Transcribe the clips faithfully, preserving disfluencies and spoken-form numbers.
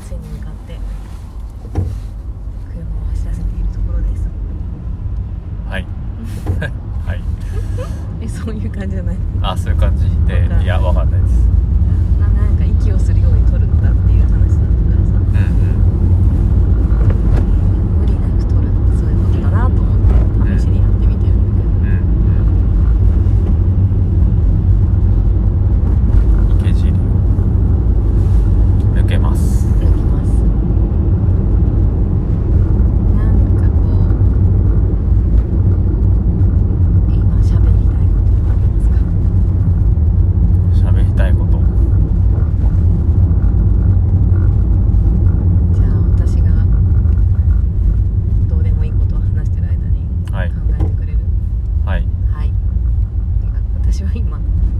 線に向かって車を走らせているところです。 はいはいえ、そういう感じじゃない？ あ、そういう感じで、いや、わかんないです。 な、なんか息をするように撮るのだっていう話だったからさ、 うんうん、 無理なく撮るってそういうことだなと思って試しにやってみてるんだけど、 うんうん、池尻抜けます抜きます。なんかこう今喋りたいことありますか？ 喋りたいこと、 じゃあ私がどうでもいいことを話してる間に考はいえてくれる？ はいはい、私は今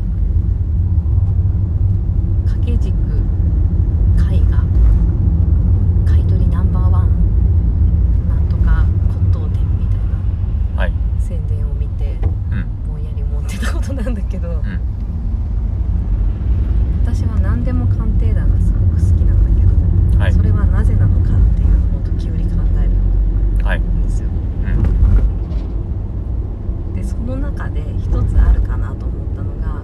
掛け軸絵画買い取りナンバーワンなんとか骨董店みたいなはい、 宣伝を見てうんぼんやり思ってたことなんだけど、 うん私は何でも鑑定団がすごく好きなんだけど、 はいそれはなぜなのかっていうのを時折考えるはい、 んですよ。 うんでその中で一つあるかなと思ったのが、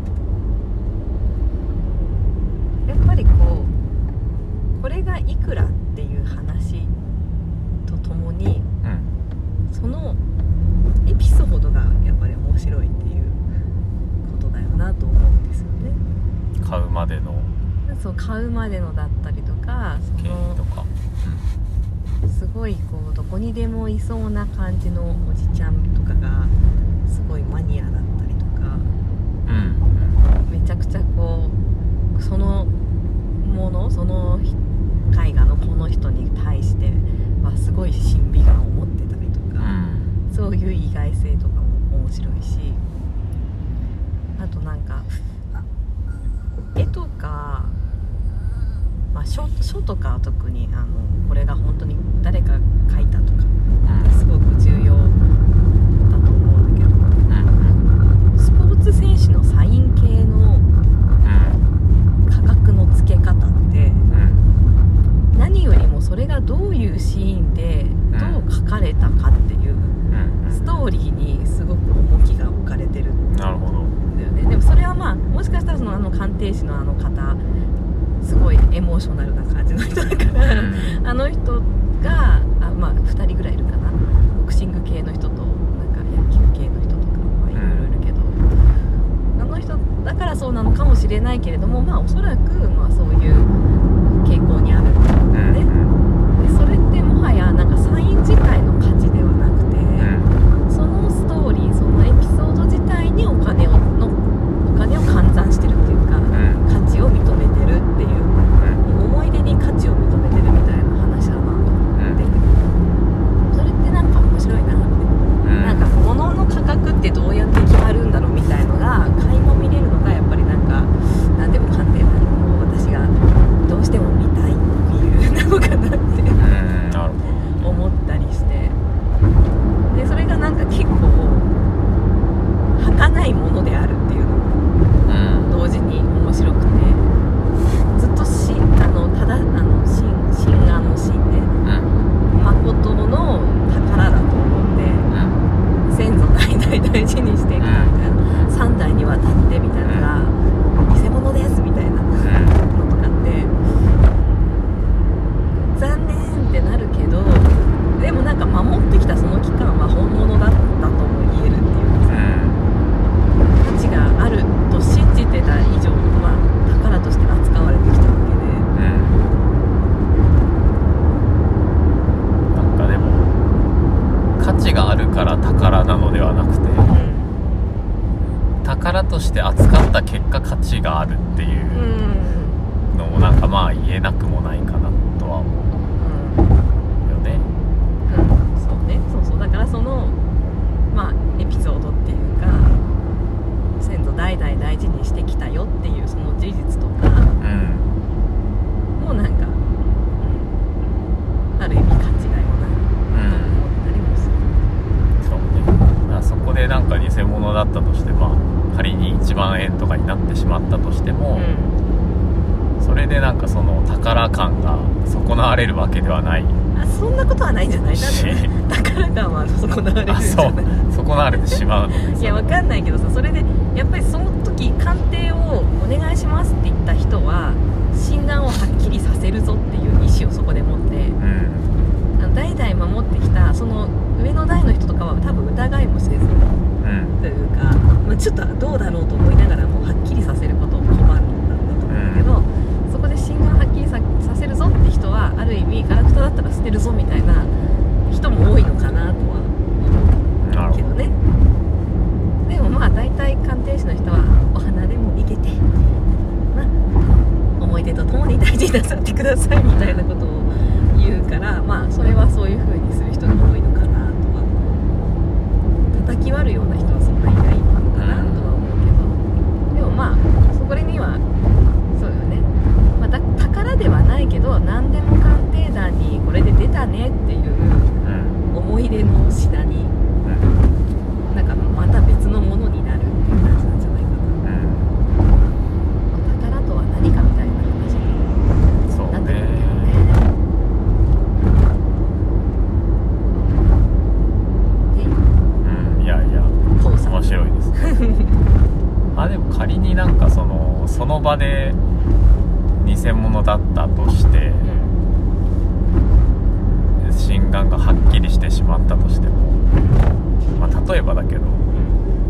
やっぱりこうこれがいくらっていう話とともにうんそのエピソードがやっぱり面白いっていうことだよなと思うんですよね。 買うまでのそう買うまでのだったりとか、そ経緯のとか、 すごいこうどこにでもいそうな感じのおじちゃんとかがすごいマニアだったりとか、 うんうんめちゃくちゃこうそのものその絵画のこの人に対してはすごい審美眼を持ってたりとうか、 んそういう意外性とかも面白いし、あとなんか絵とか、まあ、書, 書とかは特にあのこれが本当に誰か描いたとかすごく重要だと思うんだけど、 うんスポーツ選手のサイン系の価格の付け方ってうん何よりもそれがどういうシーンでどう描かれたかっていううんストーリーにすごく重きが置かれてるんなるほど。 だよね。でもそれはまあもしかしたらそのあの鑑定士のあの方すごいエモーショナルな感じの人だからあの人があ、まあ、ふたりぐらいいるかな、ボクシング系の人となんか野球系の人とかまあいろいろいるけど、あの人だからそうなのかもしれないけれども、まあおそらくまあそういう傾向にあるんだよね。でそれってもはやなんかサイン自体の価値ではなくて、そのストーリーそのエピソード自体にお金をのお金を換算してるっていうか、価値を認めてるっていう、思い出に価値を認めてるみたいな話だなと思って、それってなんか面白いなって、なんか物の価格ってどうやって決まるんだろうみたいのが垣間見れるのがやっぱりなんか何でも鑑定団も私がどうしても見たい理由なのかなって思ったりして、でそれがなんか結構儚いものであるっていうのも同時に面白くて、ずっとしあのただあの心心眼の心ね、誠の宝だと思って先祖代々大事にしていくみたいな、さんだいにわたってみたいなのが偽物ですみたいなのとかって残念ってなるけど、でもなんか守ってきたその期間は本物だったとも言えるっていうかさ、価値があると信じてた以上は宝として扱われてきたわけで、 なんかでも価値があるから宝なのではなくて、宝として扱った結果価値があるっていうのもなんかまあ言えなくもないかなとは思うよね。 うん、そうね、そうそう、だからそのまあエピソードっていうか先祖代々大事にしてきたよっていうその事実とか、 うん、 もうなんか、うん、ある意味価値だよなと思ったりもする、 うん、そうね。だからそこでなんか偽物だったとして、まあ仮にいちまんえんとかになってしまったとしても、 うん、 そそれでなんかその宝感が損なわれるわけではないあ、そんなことはないんじゃない？ しなんで宝感は損なわれるんじゃない？ あ、そう損なわれてしまうのねいやわかんないけどさ、それでやっぱりその時鑑定をお願いしますって言った人は心眼をはっきりさせるぞっていう意思をそこで持って、 うん、 あの代々守ってきたその上の代の人とかは多分疑いもせず、うん、というか、まあ、ちょっとどうだろうと思いながらもはっきりさせることを拒んだんだと思うんだけど、うん、そこで心眼はっきり さ, させるぞって人はある意味ガラクタだったら捨てるぞみたいな人も多いのかなとは思うけどね。でもまあ大体鑑定士の人はお花でも生けて、まあ、思い出とともに大事になさってくださいみたいなことを言うから、まあそれはそういう風にする人が多いのかなとは。叩き割るような人はそんなにいないのかなとは思うけど、でもまあそこにはそうよね、まあ、だ宝ではないけど何でも鑑定団にこれで出たねっていう思い出の品になんかまた別のものになるっていう感じなんじゃないかな、うん、宝とは何かみたいな話になってくるけどね。 うん、いやいや面白いですねあ、でも仮になんかそのその場で偽物だったとして、うん、心眼がはっきりしてしまったとしても、まあ、例えばだけど、うん、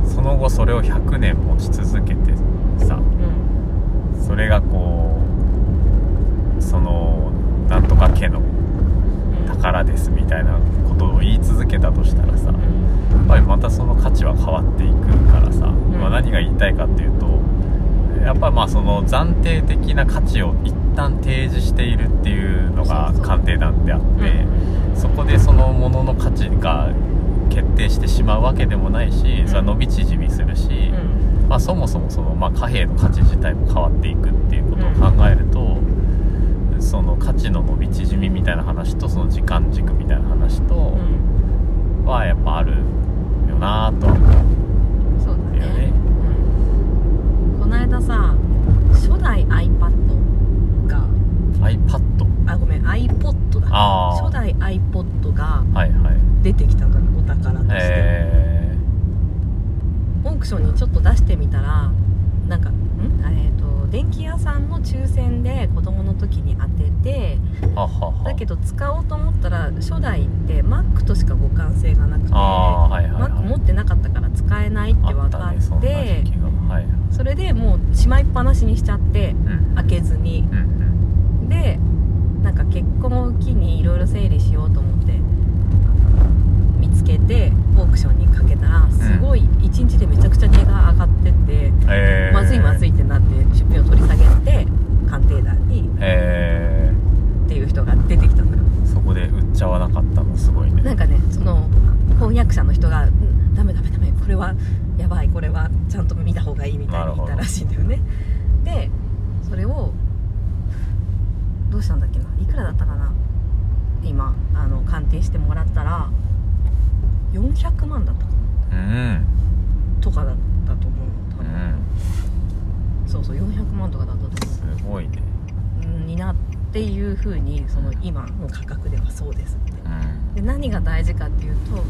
その後それをひゃくねん持ち続けてさ、うん、それがこうそのなんとか家の宝ですみたいなことを言い続けたとしたらさ、やっぱりまたその価値は変わっていくからさ、うんまあ、何が言いたいかっていうと、やっぱりまあその暫定的な価値を一旦提示しているっていうのが鑑定団であって、そこでそのものの価値が決定してしまうわけでもないし、それは伸び縮みするし、うんまあ、そもそもそのまあ貨幣の価値自体も変わっていくっていうことを考えると、その価値の伸び縮みみたいな話とその時間軸みたいな話とはやっぱあるよなとは思う。 そうだね、うん、この間さ初代 iPad が iPad? あごめん iPod だあ初代 iPod がはいはい出てきたのよ、お宝として、 えー、オークションにちょっと出してみたらなんかんえーと電気屋さんの抽選で子供の時に当てて、 はははだけど使おうと思ったら初代って Mac としか互換性がなくて、 あ、はいはいはい、 Mac 持ってなかったから使えないって分かって、 そ, はい、 それでもうしまいっぱなしにしちゃって、うん、開けずに、うんうん、でなんか結婚を機にいろいろ整理しようと思って見つけてオークションにかけたらすごいいちにちでめちゃくちゃ値が上がってって、えー、まずいまずいってなって出品を取り下げて鑑定団に、えー、っていう人が出てきたのよ。 そこで売っちゃわなかったのすごいね。 なんかねその翻訳者の人が、うん、ダメダメダメこれはやばいこれはちゃんと見た方がいいみたいに言ったらしいんだよね。でそれをどうしたんだっけな、いくらだったかな、今あの鑑定してもらったらよんひゃくまんだったかな、うん、とかだったと思う多分、うん、そうそうよんひゃくまんとかだったと思う。 すごいね、 うん、になっていう風にその今の価格ではそうですって、うん、で何が大事かっていうと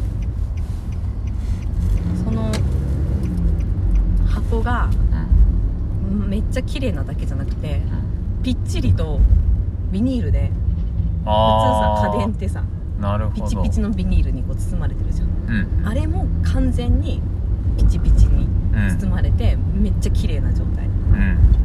その箱がめっちゃ綺麗なだけじゃなくて、うん、ぴっちりとビニールで、普通さ家電ってさなるほどピチピチのビニールにこう包まれてるじゃん、うん、あれも完全にピチピチに包まれて、うん、めっちゃ綺麗な状態、うん、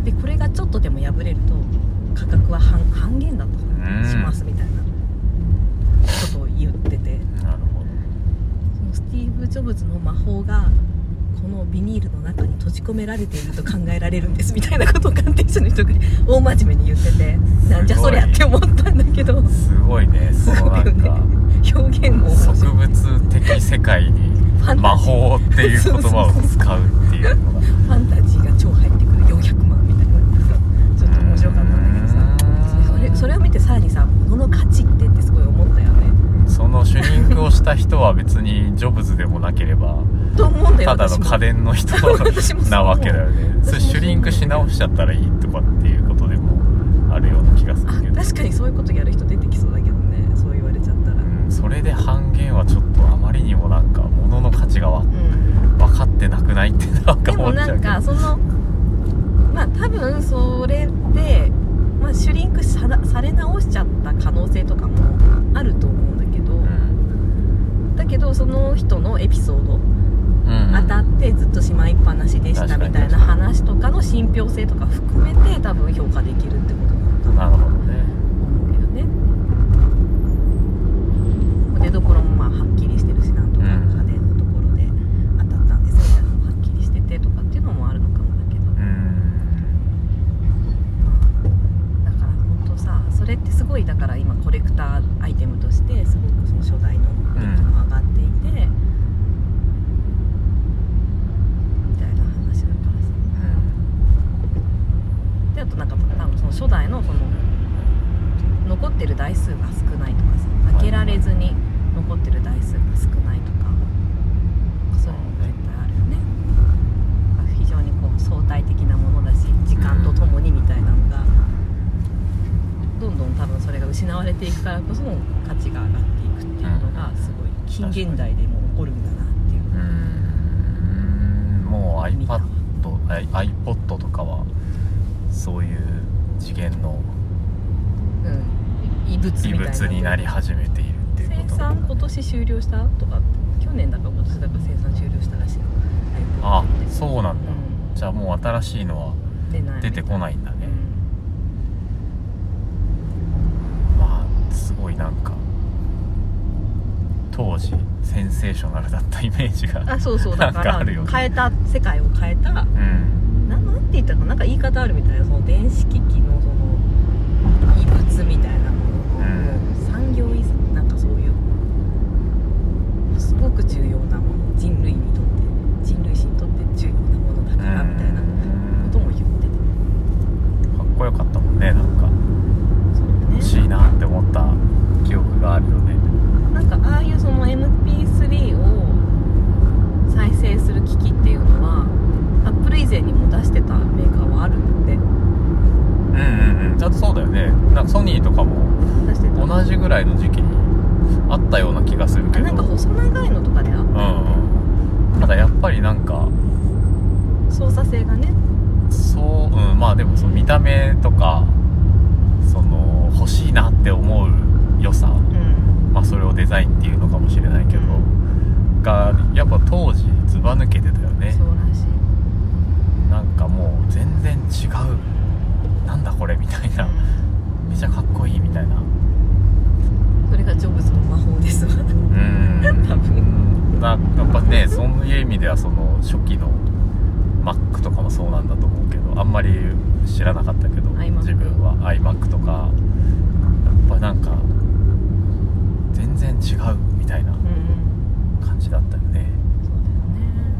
でこれがちょっとでも破れると価格は 半, 半減だとかしますみたいなことを言ってて、なるほど、そのスティーブ・ジョブズの魔法がこのビニールの中に閉じ込められていると考えられるんですみたいなことを鑑定士の人が大真面目に言ってて、なんじゃそりゃって思ったんだけど、 すごいね、そのなんか表現も植物的世界に魔法っていう言葉を使うっていうのがファンタジーが超入ってくるよんひゃくまんみたいな、ちょっと面白かったんだけどさ、それ、それを見てさらにさ物の価値ってってすごい思ったよね。 そのシュリンクをした人は別にジョブズでもなければと思うんだよ、 ただの家電の人なわけだよね。それシュリンクし直しちゃったらいいとかっていうことでもあるような気がするけど。 確かにそういうことやる人出てきそうだけどね、そう言われちゃったら、うん、 それで半減はちょっとあまりにもなんか物の価値がわ、うん、分かってなくないってなんか思っちゃうけど。でもなんかそのまあ多分それで、まあ、シュリンク さ, され直しちゃった可能性とかもあると思うんだけど、うん、だけどその人のエピソード、うんうん、当たってずっとしまいっぱなしでしたみたいな話とかの信憑性とか含めて多分評価できるってことなのかな。 なるほどね。 思うけどね。出どころもまあはっきりしてるし、なんとか家電のところで当たったんですみたいなのもはっきりしててとかっていうのもあるのかもだけど、うん、だから本当さ、それってすごい、だから今コレクターアイテムとしてすごくその初代のレベルも上がっていて、うんあとなんか多分その初代のその残ってる台数が少ないとかさ、開けられずに残ってる台数が少ないとか、そういうのも絶対あるよね。非常にこう相対的なものだし、時間とともにみたいなのがどんどん多分それが失われていくからこその価値が上がっていくっていうのがすごい近現代でも起こるんだなっていう。うーん、もう iPad、iPod とかはそういう次元の、 うん、異物みたいな異物になり始めているっていうこと。 生産今年終了したとか、去年だか今年だか生産終了したらしい。 あ、そうなんだ、うん、じゃあもう新しいのは出てこないんだね、うん、まあすごいなんか当時センセーショナルだったイメージがあ、そうそう、だからあるよね。 変えた、世界を変えた、うん、な, なんて言ったかな、なんか言い方あるみたいな、その電子機器のその異物みたいなもの、うん、産業遺産、なんかそういうすごく重要なもの、人類にとって人類史にとって重要なものだからみたいなことも言ってた。 かっこよかったもんね、なんかそうだね、欲しいなって思った記憶があるよね。 なんかああいうその エムピースリー を再生する機器っていうのはアップル以前にも出してたメーカーはあるんで、 うんうんうん、ちゃんとそうだよね。なんかソニーとかも同じぐらいの時期にあったような気がするけど、 なんか細長いのとかであった、うんうん、ただやっぱりなんか操作性がね、 そう、うん、まあでもその見た目とかその欲しいなって思う良さ、うん、まあそれをデザインっていうのかもしれないけど、うん、がやっぱ当時ずば抜けてたよね。 そうらしい。 なんかもう全然違う、なんだこれみたいな、うん、めちゃかっこいいみたいな。 それがジョブズの魔法ですわ。うーん、多分な、やっぱね、そういう意味ではその初期の Mac とかもそうなんだと思うけど、あんまり知らなかったけど、自分は iMac とかやっぱなんか全然違うみたいな感じだったよね、 うん、そうだよね。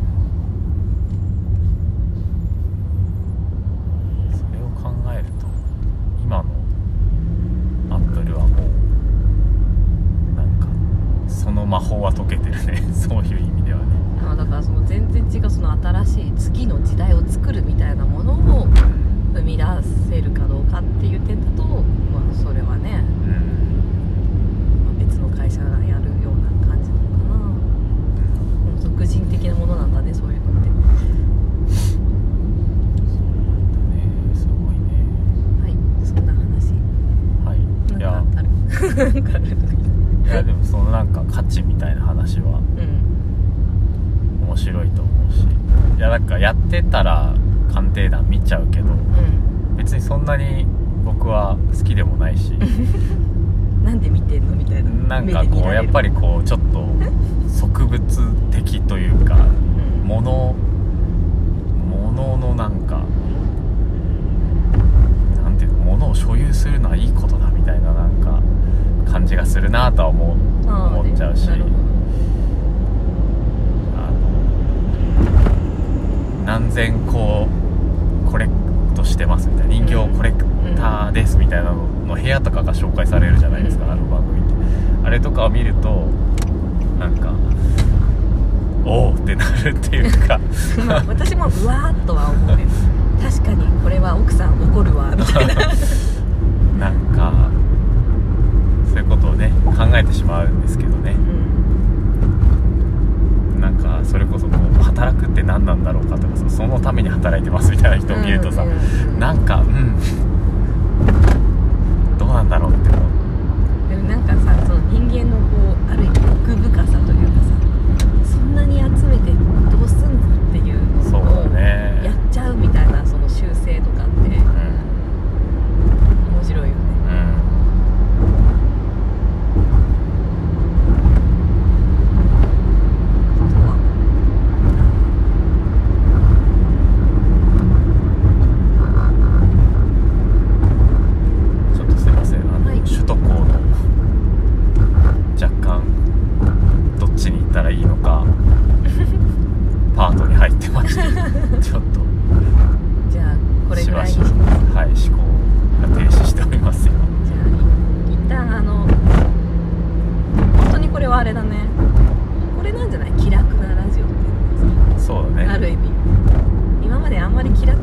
それを考えると今の Apple はもうなんかその魔法は解けてるね。そういう意味ではね。 あ、だからその全然違うその新しい次の時代を作るみたいなものを生み出せるかどうかっていう点だと、まあそれはね、うん、まあ、別の会社がやるような感じなのかな、うん、俗人的なものなんだね、そういうのって。 そうなんだね、すごいね。 はい、そんな話。 はい、いやいやでもそのなんか価値みたいな話は、うん、面白いと思うし、いやなんかやってたら鑑定団見ちゃうけど、うん、別にそんなに僕は好きでもないしなんで見てんのみたいな。 なんかこうやっぱりこうちょっと植物的というか、うん、物物のなんかなんていうの、物を所有するのはいいことだみたいななんか感じがするなとは思う、思っちゃうし、あの何千個コレクトしてますみたいな、人形コレクターですみたいなのの部屋とかが紹介されるじゃないですか、あの番組って。あれとかを見るとなんかおーってなるっていうかまあ私もうわーっとは思うね。確かにこれは奥さん怒るわみたいなまうんですけどね、 うん、 なんかそれこそこう働くって何なんだろうかとか、そのために働いてますみたいな人を見るとさ、 うんうん、 なんかうんどうなんだろうって思う。 でもなんかさ、その人間のこうある意味奥深さというかさ、そんなに集めてどうすんのっていうのをやっちゃうみたいな、その習性とかって、うん、面白いよね。 うんちょっとじゃあこれぐらいにします。 はい、思考が停止しておりますよ。 じゃあ一旦あの本当にこれはあれだね、これなんじゃない、気楽なラジオっていうのはさ、 そうだね、 ある意味今まであんまり気楽